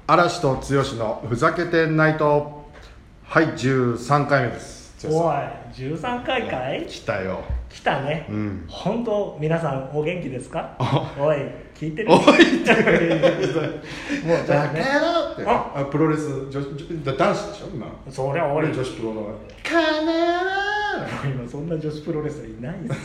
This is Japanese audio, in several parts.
嵐と剛のふざけてナイト。はい、13回目です。 おい、13回かい？ 来たよ。 来たね。本当、皆さんお元気ですか？おい、聞いてる？ おいってもうじゃあね。 プロレス男子でしょ今。 そりゃ俺女子プロのカネラ今そんな女子プロレスラーいないです。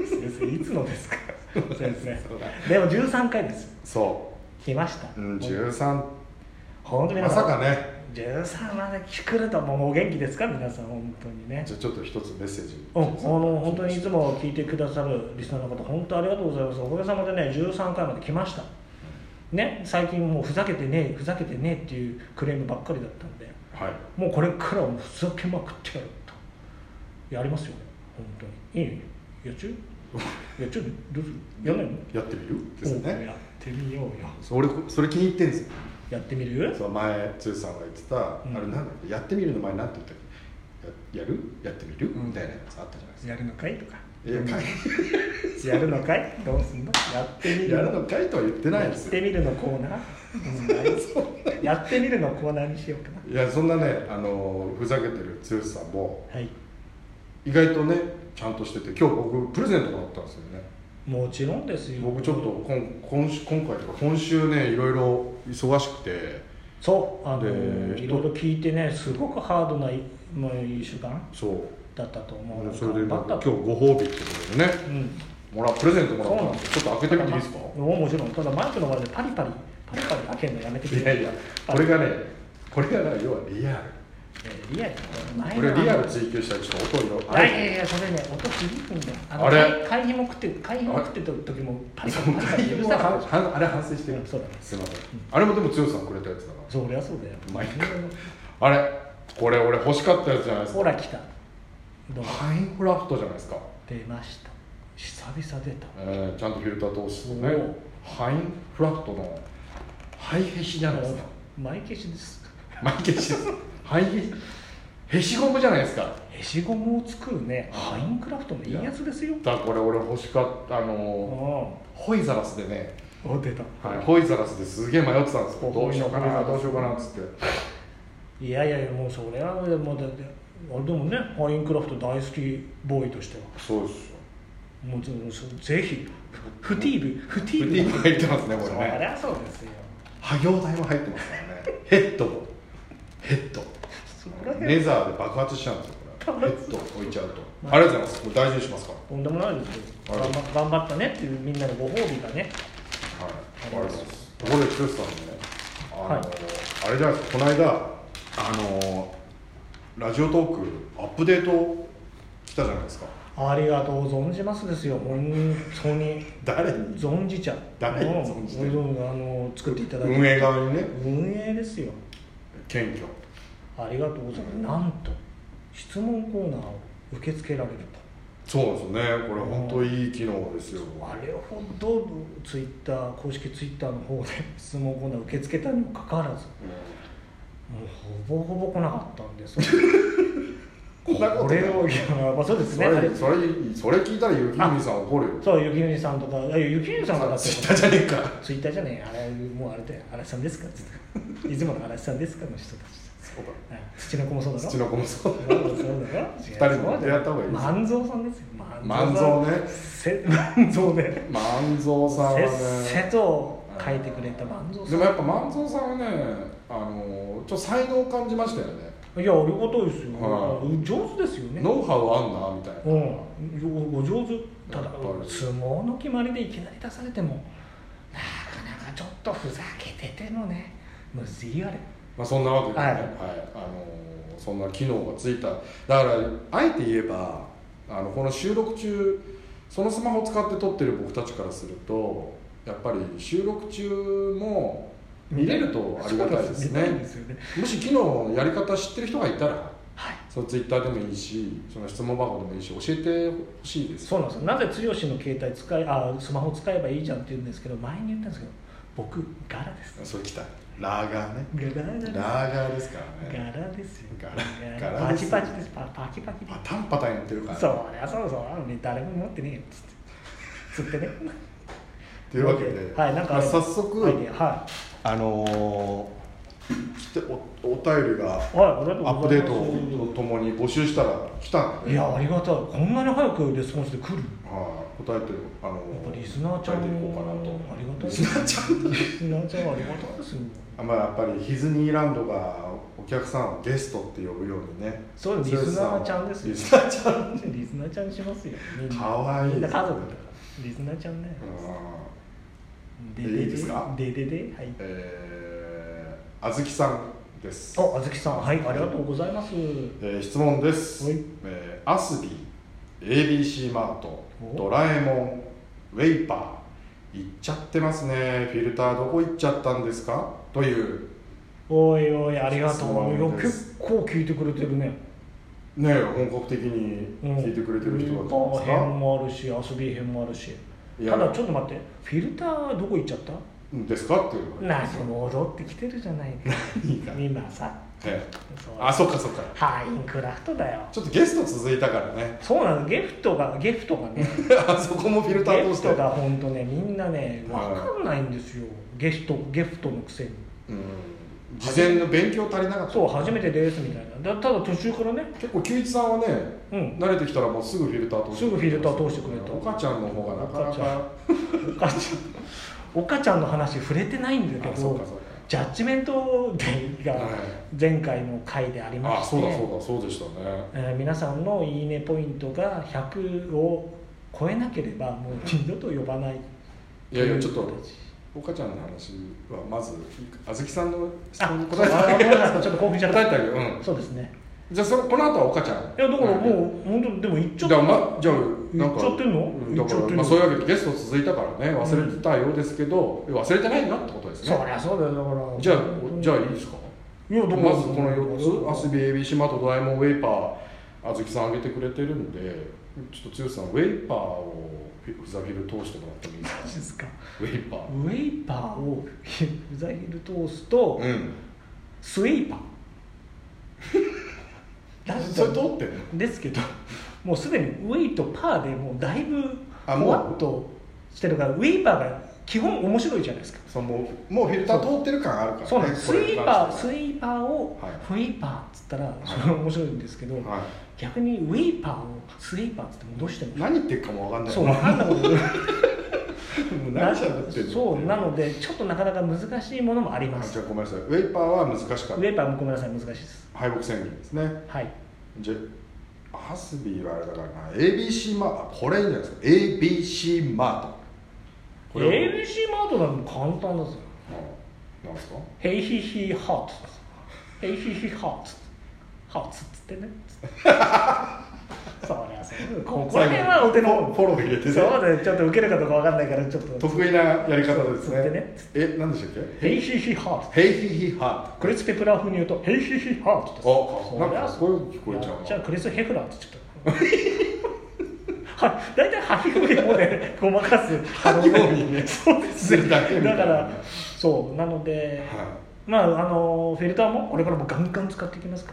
先生いつのですか？先生。でも13回です。 そう。 来ました。 13。 本当に皆さん。 まさかね。 13まで来るともうお元気ですか皆さん本当にね。 じゃあちょっと一つメッセージ。 本当にいつも聞いてくださるリスナーの方本当ありがとうございます。おかげさまでね13回まで来ましたね。最近もうふざけてねえっていうクレームばっかりだったんで、 はい、 もうこれからはもうふざけまくってやるとやりますよね。本当にいいやっちゅうやっちゅうどうするやんないの？ やってみるですね。 やってみようよ。 それ気に入ってんですよ。 やってみる？ そう前剛さんが言ってた、あれなんだっけ、やってみるの前なんて言ったっけ、やってみる、みたいなやつあったじゃないですか。 やるのかいとか。 やるのかいどうすんの？やってみる。 やるのかいとは言ってないですよ。 やってみるのコーナー。やってみるのコーナーにしようかな。 いやそんなねふざけてる剛さんも、 はい、 意外とねちゃんとしてて、今日僕プレゼントもらったんですよね。 もちろんですよ。 僕ちょっと今回とか今週ねいろいろ忙しくて、 そういろいろ聞いてねすごくハードな1週間だったと思う。 それで今日ご褒美ってことでね、プレゼントもらったんですよ。ちょっと開けてみていいですか？ もちろん。ただマイクの前でパリパリ開けるのやめてくれ。 いやこれが要はリアル。これリアル追求したらちょっと音色。 いやそれね音響くんだよ。 あれ会費も食ってた時もパリパリうるさかった。 あれ反省してる。 そうだね。 すいません。あれもでも剛さんくれたやつだから。 そりゃそうだよ。 あれこれ俺欲しかったやつじゃないですか。 ほら来た。 ハインクラフトじゃないですか。 出ました。久々出た。 ちゃんとフィルター通すとね。ハインクラフトのハイヘシじゃないですか。 マイ消しです。 マイ消しです。ハイヘシゴムじゃないですか。 ヘシゴムを作るね、ハインクラフトのいいやつですよ。 これ俺欲しかったホイザラスでね。 出た。 はい、ホイザラスですげえ迷ってたんですよ。どうしようかなっつって。 いやもうそれはもうだってでもねハインクラフト大好きボーイとしてはそうですよ。 もうぜひフティーブ入ってますねこれね。 そりゃそうですよ。 作業台も入ってますからね。ヘッドレザーで爆発しちゃうんですよこれ。ヘッド置いちゃうと。ありがとうございます。これ大事にしますから。 とんでもないですよ。頑張ったねっていうみんなのご褒美がね。 はい、ありがとうございます。ところで剛さんね、あれじゃないですか、この間ラジオトークアップデート来たじゃないですか。 ありがとう存じますですよ。本当に誰存じちゃう。 誰存じてる。 作っていただいて運営側にね。 運営ですよ。 謙虚。 ありがとうございます。なんと質問コーナーを受け付けられると。 そうですよね。これ本当いい機能ですよ。 あれほどツイッター公式ツイッターの方で質問コーナー受け付けたにもかかわらず、もうほぼ来なかったんです。これをそうですね。 それ聞いたらゆきゆみさん怒るよ。 そうゆきゆみさんとかゆきゆみさんとかツイッターじゃねえか。 ツイッターじゃねえ。あれもうあれで嵐さんですかっていつもの嵐さんですかの人たち。 そうだ。 土の子もそうだろ。 土の子もそうだろ。2 人で出会った方がいいです。 万蔵さんですよ。 万蔵ね。 万蔵ね。 万蔵さんはね。 せっせと書いてくれた万蔵さん。 でもやっぱ万蔵さんはね、ちょっと才能を感じましたよね。 いや、ありがたいですよ。上手ですよね。 ノウハウあんなみたいな。 お上手。ただ相撲の決まりでいきなり出されてもなかなかちょっとふざけててもね、むずいあれ。 そんなわけでね、そんな機能がついた。だからあえて言えばこの収録中そのスマホを使って撮ってる僕たちからするとやっぱり収録中も見れるとありがたいですね。もし機能のやり方知ってる人がいたら、そのツイッターでもいいし、その質問箱でもいいし教えてほしいです。 そうなんですよ。なぜ剛の携帯スマホ使えばいいじゃんって言うんですけど、前に言ったんですけど、僕ガラです。 それ来た。ラーガーね。ラーガーですからね。 ガラですよ。 ガラです。 パチパチです。パキパキで。 パタンパタンやってるから。 そう誰も持ってねえよつってね。 というわけで、早速、 来てお便りがアップデートとともに募集したら来たんで、 いやありがたい。こんなに早くレスポンスで来る。 答えてやっぱリスナーちゃん答えていこうかなと。 ありがたい。リスナーちゃんリスナーちゃんはありがたいですよ。 やっぱりヒズニーランドがお客さんをゲストって呼ぶようにね。 そうリスナーちゃんですよ。 リスナーちゃんリスナーちゃんしますよ。 かわいいですね。 みんな家族だからリスナーちゃんね。 いいですか。 はい。 あずきさんです。 あずきさん、はい、ありがとうございます。 質問です。アスビー、ABC マート、ドラえもん、ウェイパー、行っちゃってますね。フィルターどこ行っちゃったんですかという。 おいおい、ありがとう。いや結構聞いてくれてるね。 ねえ、本格的に聞いてくれてる人だったんですか。 編もあるし、遊び編もあるし。ただちょっと待って、フィルターどこ行っちゃったですかっていう。 戻ってきてるじゃないか。今さ。 そっかそっか。 ハインクラフトだよ。 ちょっとゲスト続いたからね。 そうなの、ゲフトがね。 あそこもフィルター通して。 ゲフトが本当ね、みんなね、わかんないんですよ。ゲフトのくせに。 事前の勉強足りなかった。 そう、初めてですみたいな。ただ途中からね。 結構久一さんはね、慣れてきたらもうすぐフィルター通してくれた。岡ちゃんの方がなかなか。 岡ちゃんの話触れてないんだけど、ジャッジメントデイが前回の回でありまして、 そうでしたね。 皆さんのいいねポイントが100を超えなければもう二度と呼ばない。 いやちょっと岡ちゃんの話はまずあずきさんの質問に答えてあげる。 ちょっと興奮しちゃった。 答えてあげる。 そうですね。 じゃあこの後は岡ちゃん。 いやだからもう本当にでも言っちゃった。 じゃあ言っちゃってんの？ だからそういうわけでゲスト続いたからね、忘れてたようですけど、忘れてないなってことですね。 そりゃそうだよ。だからじゃあいいですか。まずこの4つ、アスビ、ABC マート、ドラえもん、ウェイパー、あずきさん挙げてくれてるんで、ちょっと剛さんウェイパーをフザフィル通してもらってもいいですか。ウェイパーをフザフィル通すと、スイーパーそれ通ってるのですけど、もうすでにウェイとパーでもうだいぶふわっとしてるから、ウェイパーが基本面白いじゃないですか。 もうフィルター通ってる感あるからね。 そうなんです。スイーパーをフェイパーっつったらそれ面白いんですけど、逆にウェイパーをスイーパーっつって戻しても何言ってるかも分かんない。 そう分かんないこと何ってんの。 そうなのでちょっとなかなか難しいものもあります。 じゃあごめんなさい。ウェイパーは難しかった。 ウェイパーもごめんなさい、難しいです。 敗北宣言ですね。 はい。 じゃあハスビーはあれだからな、 ABC マート、これいいんじゃないですか。 ABC マート。 ABC マートだと簡単ですよ。 なんですか。 ヘイヒヒハーツ、ヘイヒヒハーツ、ハーツっつってねそりゃそう。ここら辺はお手のフォロー入れてね。 そうでちょっと受けるかどうかわかんないからちょっと得意なやり方ですね。何でしたっけ。 ヘイヒヒハーツ、 ヘイヒヒハーツ。 クリス・ペプラー風に言うとヘイヒヒハーツです。 なんかすごい聞こえちゃう。 じゃあクリス・ヘフラーって言っちゃった大体ハキフリもねごまかすハキフリね。 そうですね。だからそうなので、まあフィルターもこれからもガンガン使っていきますから。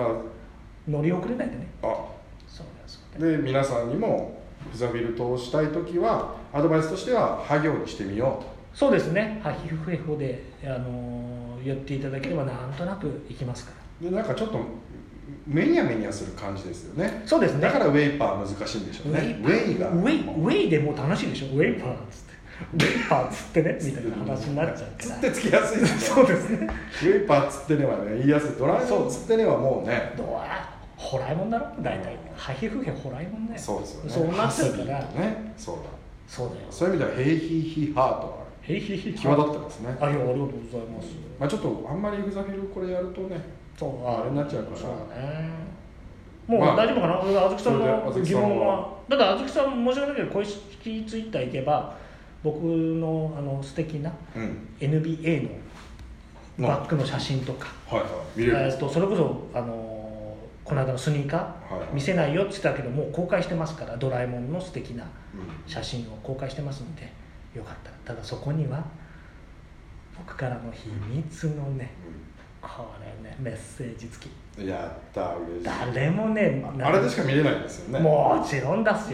乗り遅れないでね。そうで皆さんにもフザフィルトをしたいときはアドバイスとしてはハ行にしてみようと。 そうですね。ハヒフヘホで言っていただければなんとなくいきますから。 でなんかちょっとメニャメニャする感じですよね。 そうですね。 だからウェイパー難しいんでしょうね。ウェイでもう楽しいでしょ。ウェイパーっつってウェイパーっつってねみたいな話になっちゃうから。 つってつきやすいですね。 そうですね。 ウェイパーっつってねはね言いやすい。ドラえもんっつってねはもうね。 ホラーもんだろ大体。ハヒフヘホラーもんね。 そうですよね。 そうなっちゃうからね。そうだ。 そうだよ。 そういう意味ではヘイヒヒハートはヘイヒヒ際立ってますね。 ありがとうございます。 ちょっとあんまりフザフィルこれやるとね、あれになっちゃうから。 そうね。もう大丈夫かな。あずきさんの疑問は。ただあずきさん申し訳ないけど公式ツイッター行けば僕の素敵な NBA のバッグの写真とか、それこそこの間のスニーカー見せないよって言ってたけどもう公開してますから、ドラえもんの素敵な写真を公開してますので、よかったら。ただそこには僕からの秘密のね、これねメッセージ付き。 やった、嬉しい。 誰もねあれでしか見れないんですよね。 もちろん出すよ。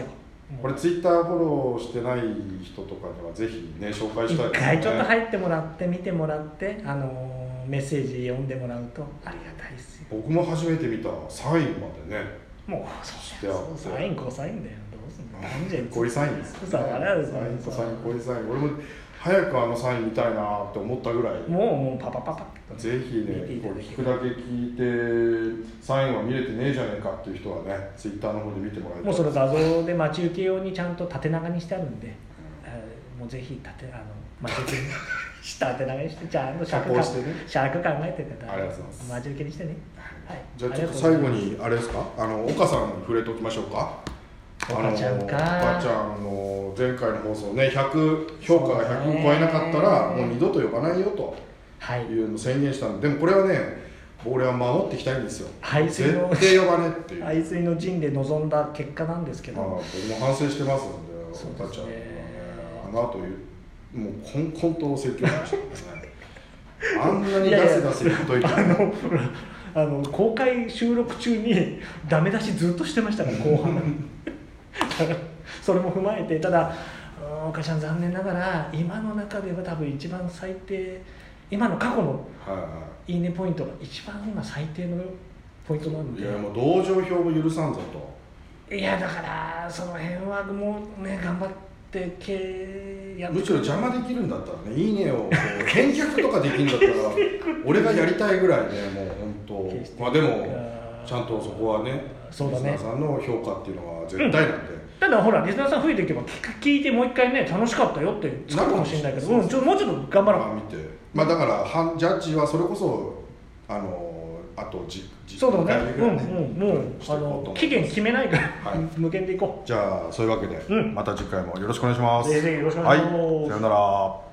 これツイッターフォローしてない人とかにはぜひね紹介したいですね。 一回ちょっと入ってもらって見てもらって、メッセージ読んでもらうとありがたいですよ。 僕も初めて見たサインまでねもうしてあってサインコサインだよ、どうすんの、何じゃんこういうサインですよね。 そうあれあるサインとサインこういうサイン、俺も早くサイン見たいなって思ったぐらい。 もうパパパパってぜひねこれ聞くだけ聞いてサインは見れてねえじゃねえかっていう人はねツイッターの方で見てもらいたい。 もうその画像で待ち受け用にちゃんと縦長にしてあるんで、もうぜひ待ち受けに下縦長にしてちゃんと尺考えてる方、 ありがとうございます待ち受けにしてね。はい、 じゃあちょっと最後にあれですか、岡さんに触れておきましょうか。 岡ちゃんか。 岡ちゃんの前回の放送ね、評価が100超えなかったらもう二度と呼ばないよというのを宣言したんで、でもこれはね俺は守っていきたいんですよ。絶対呼ばねっていう背水の陣で臨んだ結果なんですけど、 僕も反省してますんで、岡ちゃんはね後もうこんこんと説教しましたからねあんなにガスガス言っといて公開収録中にダメ出しずっとしてましたから後半それも踏まえて、ただ岡ちゃん残念ながら今の中では多分一番最低、今の過去のいいねポイントが一番今最低のポイントなんで、 いやもう同情票も許さんぞと。 いやだからその辺はもうね頑張ってむしろ邪魔できるんだったらね、いいねを返却とかできるんだったら俺がやりたいぐらいね、もう本当まあでもちゃんとそこはねそうだね、 リスナーさんの評価っていうのは絶対なんで、 ただほらリスナーさん増えていけば聞いてもう一回ね楽しかったよってつくかもしれないけど、もうちょっと頑張ろう。 見てだからジャッジはそれこそあとそうだね、もう期限決めないから、無限でいこう。 じゃあそういうわけで、また次回もよろしくお願いします。 ぜひよろしくお願いします。 はい、さよなら。